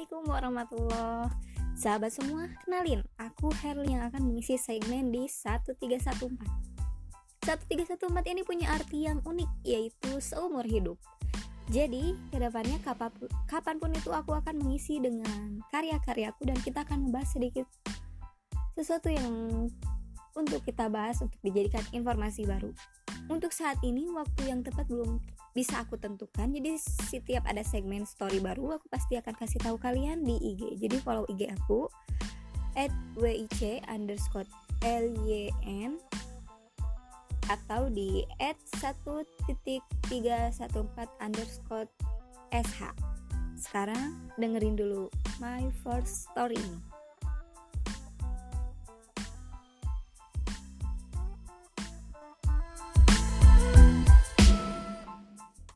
Assalamualaikum warahmatullahi. Sahabat semua, kenalin, aku Herli yang akan mengisi segmen di 1314. 1314 ini punya arti yang unik, yaitu seumur hidup. Jadi, kedepannya kapanpun itu aku akan mengisi dengan karya-karyaku dan kita akan membahas sedikit sesuatu yang untuk kita bahas untuk dijadikan informasi baru. Untuk saat ini waktu yang tepat belum bisa aku tentukan. Jadi setiap ada segmen story baru aku pasti akan kasih tahu kalian di IG. Jadi follow IG aku @wic_lyn atau di @1.314_sh. Sekarang dengerin dulu my first story ini.